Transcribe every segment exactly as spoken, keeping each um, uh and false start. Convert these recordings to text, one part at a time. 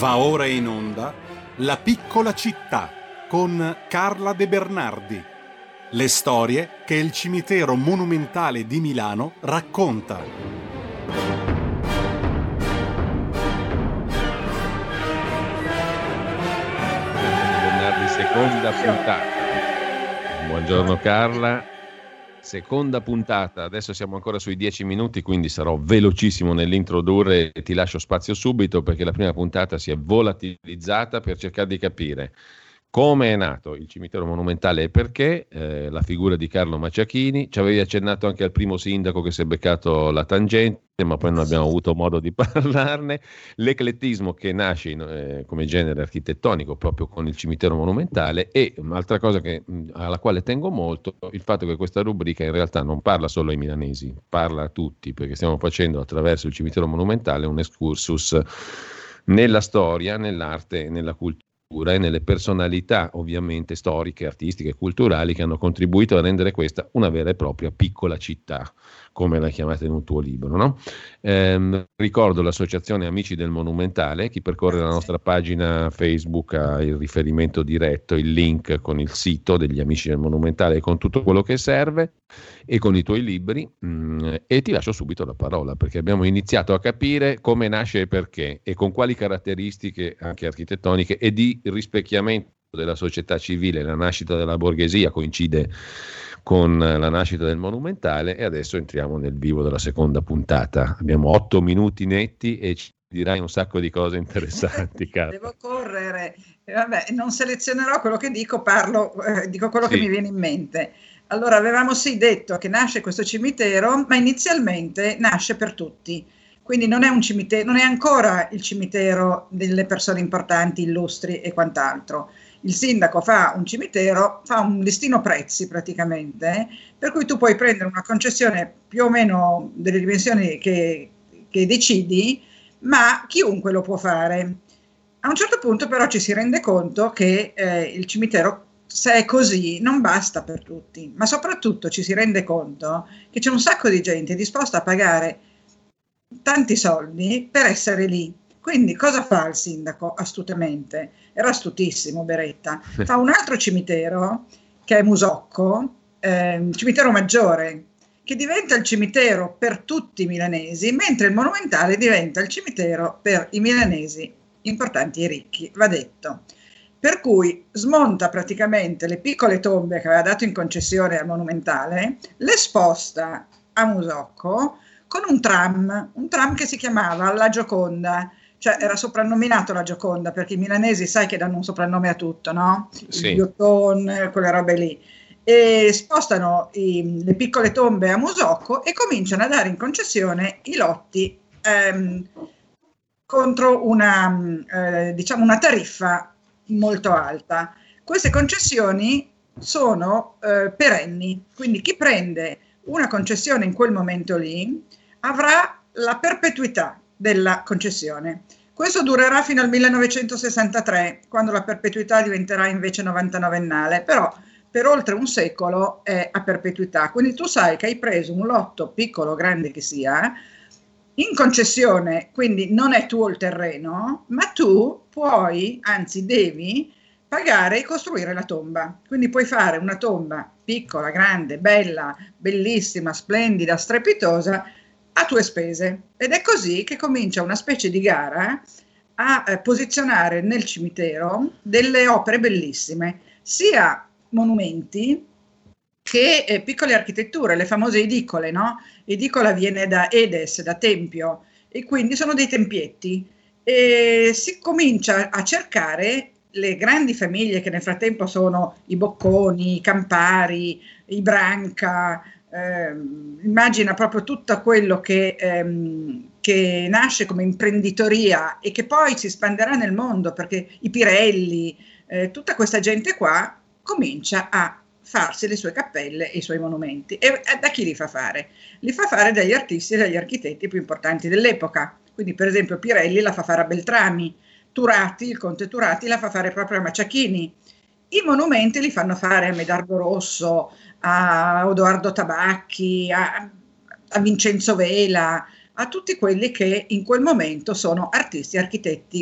Va ora in onda La piccola città con Carla De Bernardi. Le storie che il cimitero monumentale di Milano racconta. Bernardi, seconda puntata. Buongiorno Carla. Seconda puntata, adesso siamo ancora sui dieci minuti, quindi sarò velocissimo nell'introdurre e ti lascio spazio subito perché la prima puntata si è volatilizzata per cercare di capire come è nato il cimitero monumentale e perché, eh, la figura di Carlo Macciachini. Ci avevi accennato anche al primo sindaco che si è beccato la tangente, ma poi non abbiamo avuto modo di parlarne. L'eclettismo che nasce in, eh, come genere architettonico proprio con il cimitero monumentale e un'altra cosa che, alla quale tengo molto, il fatto che questa rubrica in realtà non parla solo ai milanesi, parla a tutti, perché stiamo facendo attraverso il cimitero monumentale un excursus nella storia, nell'arte e nella cultura e nelle personalità ovviamente storiche, artistiche e culturali che hanno contribuito a rendere questa una vera e propria piccola città, come la chiamate in un tuo libro, no? Ehm, ricordo l'associazione Amici del Monumentale. Chi percorre la nostra pagina Facebook ha il riferimento diretto, il link con il sito degli Amici del Monumentale con tutto quello che serve e con i tuoi libri, mh, e ti lascio subito la parola perché abbiamo iniziato a capire come nasce e perché e con quali caratteristiche anche architettoniche e di rispecchiamento della società civile. La nascita della borghesia coincide con la nascita del monumentale e adesso entriamo nel vivo della seconda puntata. Abbiamo otto minuti netti e ci dirai un sacco di cose interessanti. Devo correre, e vabbè, non selezionerò quello che dico, parlo, eh, dico quello sì. Che mi viene in mente. Allora, avevamo sì detto che nasce questo cimitero, ma inizialmente nasce per tutti. Quindi non è un cimitero, non è ancora il cimitero delle persone importanti, illustri e quant'altro. Il sindaco fa un cimitero, fa un listino prezzi praticamente, per cui tu puoi prendere una concessione più o meno delle dimensioni che, che decidi, ma chiunque lo può fare. A un certo punto però ci si rende conto che eh, il cimitero, se è così, non basta per tutti, ma soprattutto ci si rende conto che c'è un sacco di gente disposta a pagare tanti soldi per essere lì. Quindi cosa fa il sindaco? Astutamente, era astutissimo Beretta, fa un altro cimitero che è Musocco, eh, un cimitero maggiore, che diventa il cimitero per tutti i milanesi, mentre il monumentale diventa il cimitero per i milanesi importanti e ricchi, va detto. Per cui smonta praticamente le piccole tombe che aveva dato in concessione al monumentale, le sposta a Musocco con un tram, un tram che si chiamava La Gioconda. Cioè era soprannominato La Gioconda perché i milanesi sai che danno un soprannome a tutto, no? Sì. Il Biotton, quelle robe lì. E spostano i, le piccole tombe a Musocco e cominciano a dare in concessione i lotti ehm, contro una, eh, diciamo una tariffa molto alta. Queste concessioni sono eh, perenni, quindi chi prende una concessione in quel momento lì avrà la perpetuità della concessione. Questo durerà fino al millenovecentosessantatré, quando la perpetuità diventerà invece novantanovennale, però per oltre un secolo è a perpetuità. Quindi tu sai che hai preso un lotto, piccolo o grande che sia, in concessione, quindi non è tuo il terreno, ma tu puoi, anzi devi, pagare e costruire la tomba. Quindi puoi fare una tomba piccola, grande, bella, bellissima, splendida, strepitosa, a tue spese. Ed è così che comincia una specie di gara a eh, posizionare nel cimitero delle opere bellissime, sia monumenti che eh, piccole architetture, le famose edicole, no? Edicola viene da edes, da tempio, e quindi sono dei tempietti. E si comincia a cercare le grandi famiglie che nel frattempo sono i Bocconi, i Campari, i Branca. Eh, immagina proprio tutto quello che, ehm, che nasce come imprenditoria e che poi si espanderà nel mondo, perché i Pirelli, eh, tutta questa gente qua comincia a farsi le sue cappelle e i suoi monumenti. E, e da chi li fa fare? Li fa fare dagli artisti e dagli architetti più importanti dell'epoca. Quindi per esempio Pirelli la fa fare a Beltrami, Turati, il conte Turati la fa fare proprio a Macciachini. I monumenti li fanno fare a Medardo Rosso, a Odoardo Tabacchi, a, a Vincenzo Vela, a tutti quelli che in quel momento sono artisti e architetti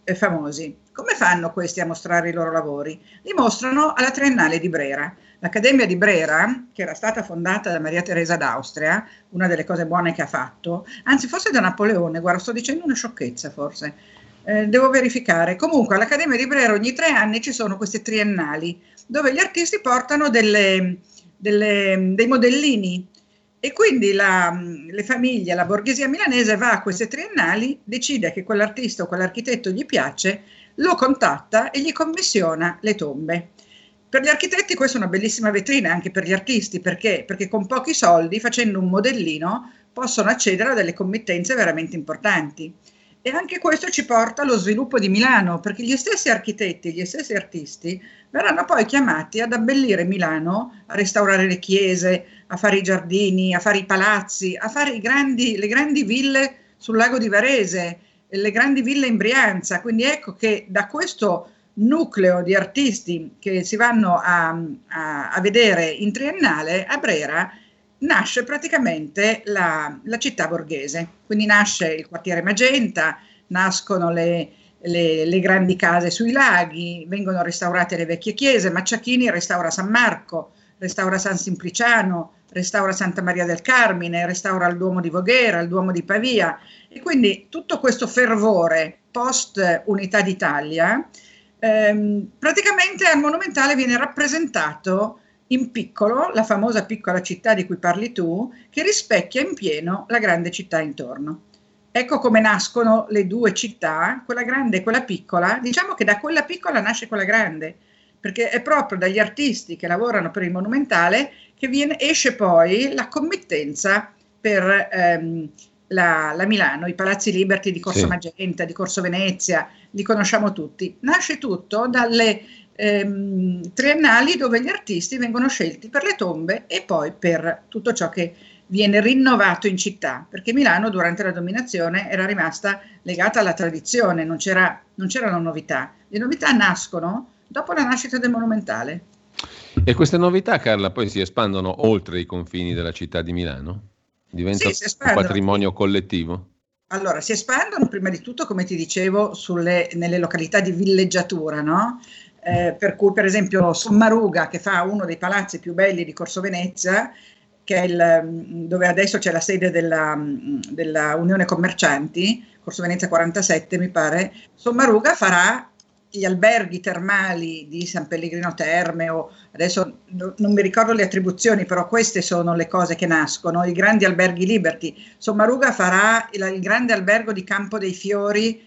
eh, famosi. Come fanno questi a mostrare i loro lavori? Li mostrano alla Triennale di Brera. L'Accademia di Brera, che era stata fondata da Maria Teresa d'Austria, una delle cose buone che ha fatto, anzi forse da Napoleone, guarda, sto dicendo una sciocchezza forse, eh, devo verificare. Comunque all'Accademia di Brera ogni tre anni ci sono queste triennali, dove gli artisti portano delle, delle, dei modellini, e quindi la, le famiglie, la borghesia milanese va a queste triennali, decide che quell'artista o quell'architetto gli piace, lo contatta e gli commissiona le tombe. Per gli architetti questa è una bellissima vetrina, anche per gli artisti, perché? Perché con pochi soldi, facendo un modellino, possono accedere a delle committenze veramente importanti. E anche questo ci porta allo sviluppo di Milano, perché gli stessi architetti, gli stessi artisti verranno poi chiamati ad abbellire Milano, a restaurare le chiese, a fare i giardini, a fare i palazzi, a fare i grandi, le grandi ville sul lago di Varese, le grandi ville in Brianza. Quindi ecco che da questo nucleo di artisti che si vanno a, a, a vedere in triennale a Brera nasce praticamente la, la città borghese. Quindi nasce il quartiere Magenta, nascono le, le, le grandi case sui laghi, vengono restaurate le vecchie chiese. Macciachini restaura San Marco, restaura San Simpliciano, restaura Santa Maria del Carmine, restaura il Duomo di Voghera, il Duomo di Pavia, e quindi tutto questo fervore post Unità d'Italia ehm, praticamente al Monumentale viene rappresentato in piccolo, la famosa piccola città di cui parli tu, che rispecchia in pieno la grande città intorno. Ecco come nascono le due città, quella grande e quella piccola. Diciamo che da quella piccola nasce quella grande, perché è proprio dagli artisti che lavorano per il Monumentale che viene, esce poi la committenza per ehm, la, la Milano, i Palazzi Liberty di Corso sì. Magenta, di Corso Venezia, li conosciamo tutti. Nasce tutto dalle ehm, triennali dove gli artisti vengono scelti per le tombe e poi per tutto ciò che viene rinnovato in città, perché Milano durante la dominazione era rimasta legata alla tradizione, non c'era, non c'erano novità. Le novità nascono dopo la nascita del Monumentale. E queste novità, Carla, poi si espandono oltre i confini della città di Milano? Diventa sì, un patrimonio collettivo? Allora, si espandono prima di tutto, come ti dicevo, sulle, nelle località di villeggiatura, no? Eh, per cui, per esempio, Sommaruga, che fa uno dei palazzi più belli di Corso Venezia, che è il, dove adesso c'è la sede della, della Unione Commercianti, Corso Venezia quarantasette mi pare, Sommaruga farà gli alberghi termali di San Pellegrino Terme, o adesso no, non mi ricordo le attribuzioni, però queste sono le cose che nascono, i grandi alberghi Liberty. Sommaruga farà il, il grande albergo di Campo dei Fiori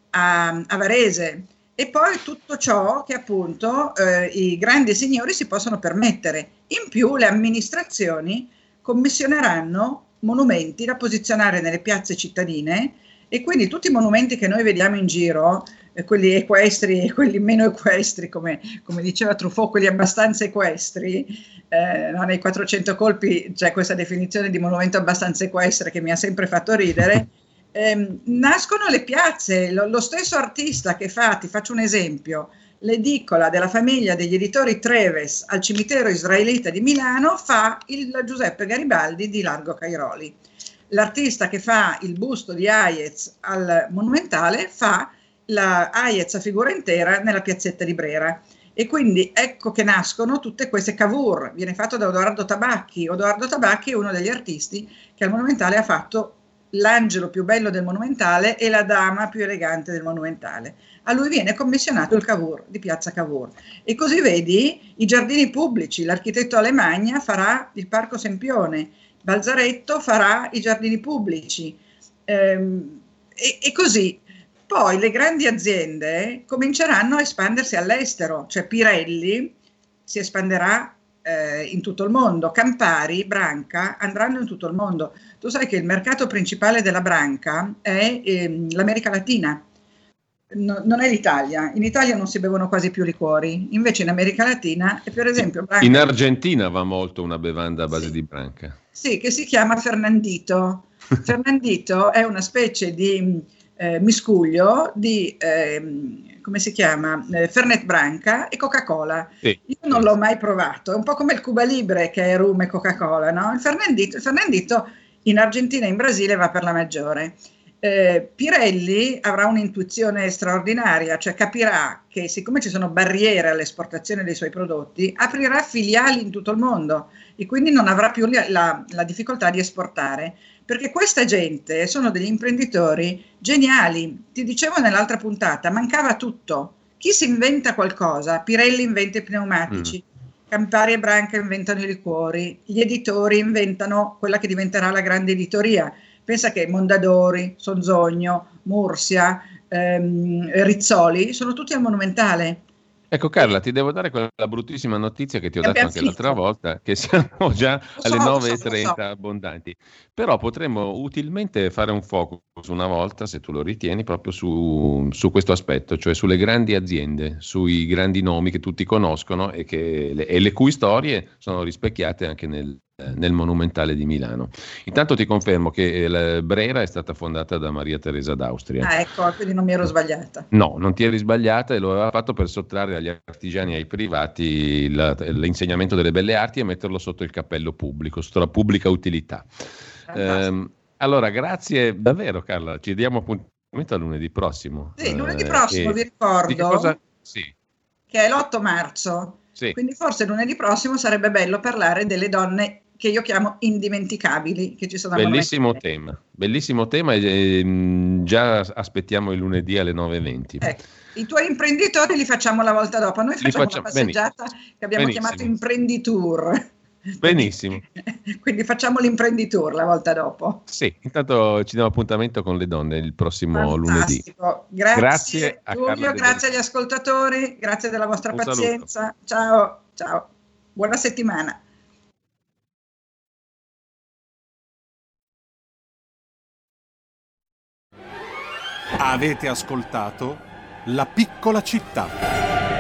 a, a Varese, e poi tutto ciò che appunto eh, i grandi signori si possono permettere. In più le amministrazioni commissioneranno monumenti da posizionare nelle piazze cittadine, e quindi tutti i monumenti che noi vediamo in giro, eh, quelli equestri e quelli meno equestri, come, come diceva Truffaut, quelli abbastanza equestri, eh, no, nei quattrocento colpi c'è questa definizione di monumento abbastanza equestre che mi ha sempre fatto ridere. Eh, nascono le piazze, lo, lo stesso artista che fa, ti faccio un esempio, l'edicola della famiglia degli editori Treves al cimitero israelita di Milano fa il Giuseppe Garibaldi di Largo Cairoli. L'artista che fa il busto di Hayez al Monumentale fa la Hayez a figura intera nella piazzetta di Brera. E quindi ecco che nascono tutte queste. Cavour viene fatto da Odoardo Tabacchi. Odoardo Tabacchi è uno degli artisti che al Monumentale ha fatto l'angelo più bello del Monumentale e la dama più elegante del Monumentale. A lui viene commissionato il Cavour di Piazza Cavour. E così vedi i giardini pubblici, l'architetto Alemagna farà il Parco Sempione, Balzaretto farà i giardini pubblici, ehm, e, e così. Poi le grandi aziende cominceranno a espandersi all'estero, cioè Pirelli si espanderà eh, in tutto il mondo, Campari, Branca andranno in tutto il mondo. Tu sai che il mercato principale della Branca è ehm, l'America Latina, no, non è l'Italia. In Italia non si bevono quasi più liquori, invece in America Latina, e per esempio Branca, in Argentina va molto una bevanda a base sì. di Branca. Sì, che si chiama Fernandito. Fernandito è una specie di eh, miscuglio di, eh, come si chiama, eh, Fernet Branca e Coca-Cola. Sì. Io non l'ho mai provato, è un po' come il Cuba Libre che è rum e Coca-Cola, no? Il Fernandito, il Fernandito in Argentina e in Brasile va per la maggiore. Eh, Pirelli avrà un'intuizione straordinaria, cioè capirà che siccome ci sono barriere all'esportazione dei suoi prodotti, aprirà filiali in tutto il mondo e quindi non avrà più la, la, la difficoltà di esportare, perché questa gente sono degli imprenditori geniali. Ti dicevo nell'altra puntata, mancava tutto. Chi si inventa qualcosa? Pirelli inventa i pneumatici, mm. Campari e Branca inventano i liquori, gli editori inventano quella che diventerà la grande editoria. Pensa che Mondadori, Sonzogno, Mursia, ehm, Rizzoli sono tutti al Monumentale. Ecco Carla, ti devo dare quella bruttissima notizia che ti ho dato anche l'altra volta, che siamo già so, alle nove e trenta so, so. abbondanti. Però potremmo utilmente fare un focus una volta, se tu lo ritieni, proprio su, su questo aspetto, cioè sulle grandi aziende, sui grandi nomi che tutti conoscono e, che, le, e le cui storie sono rispecchiate anche nel, nel Monumentale di Milano. Intanto ti confermo che la Brera è stata fondata da Maria Teresa d'Austria. Ah, ecco, quindi non mi ero sbagliata. No, non ti eri sbagliata, e lo aveva fatto per sottrarre agli artigiani e ai privati la, l'insegnamento delle belle arti e metterlo sotto il cappello pubblico, sotto la pubblica utilità. Ehm, allora, grazie davvero Carla, ci diamo appuntamento a lunedì prossimo. Sì, lunedì prossimo eh, vi ricordo cosa... sì. che è l'otto marzo, sì. Quindi forse lunedì prossimo sarebbe bello parlare delle donne che io chiamo indimenticabili, che ci sono. Bellissimo tema, bellissimo tema e eh, già aspettiamo il lunedì alle nove e venti. Ecco, i tuoi imprenditori li facciamo la volta dopo, noi facciamo facciamo, una passeggiata benissimo. che abbiamo benissimo. chiamato Imprenditour. Benissimo. Quindi facciamo l'Imprenditour la volta dopo. Sì, intanto ci diamo appuntamento con le donne il prossimo Fantastico. lunedì. Grazie, grazie a Giulio, grazie agli ascoltatori, grazie della vostra Un pazienza. Saluto. Ciao, ciao. Buona settimana. Avete ascoltato La Piccola Città.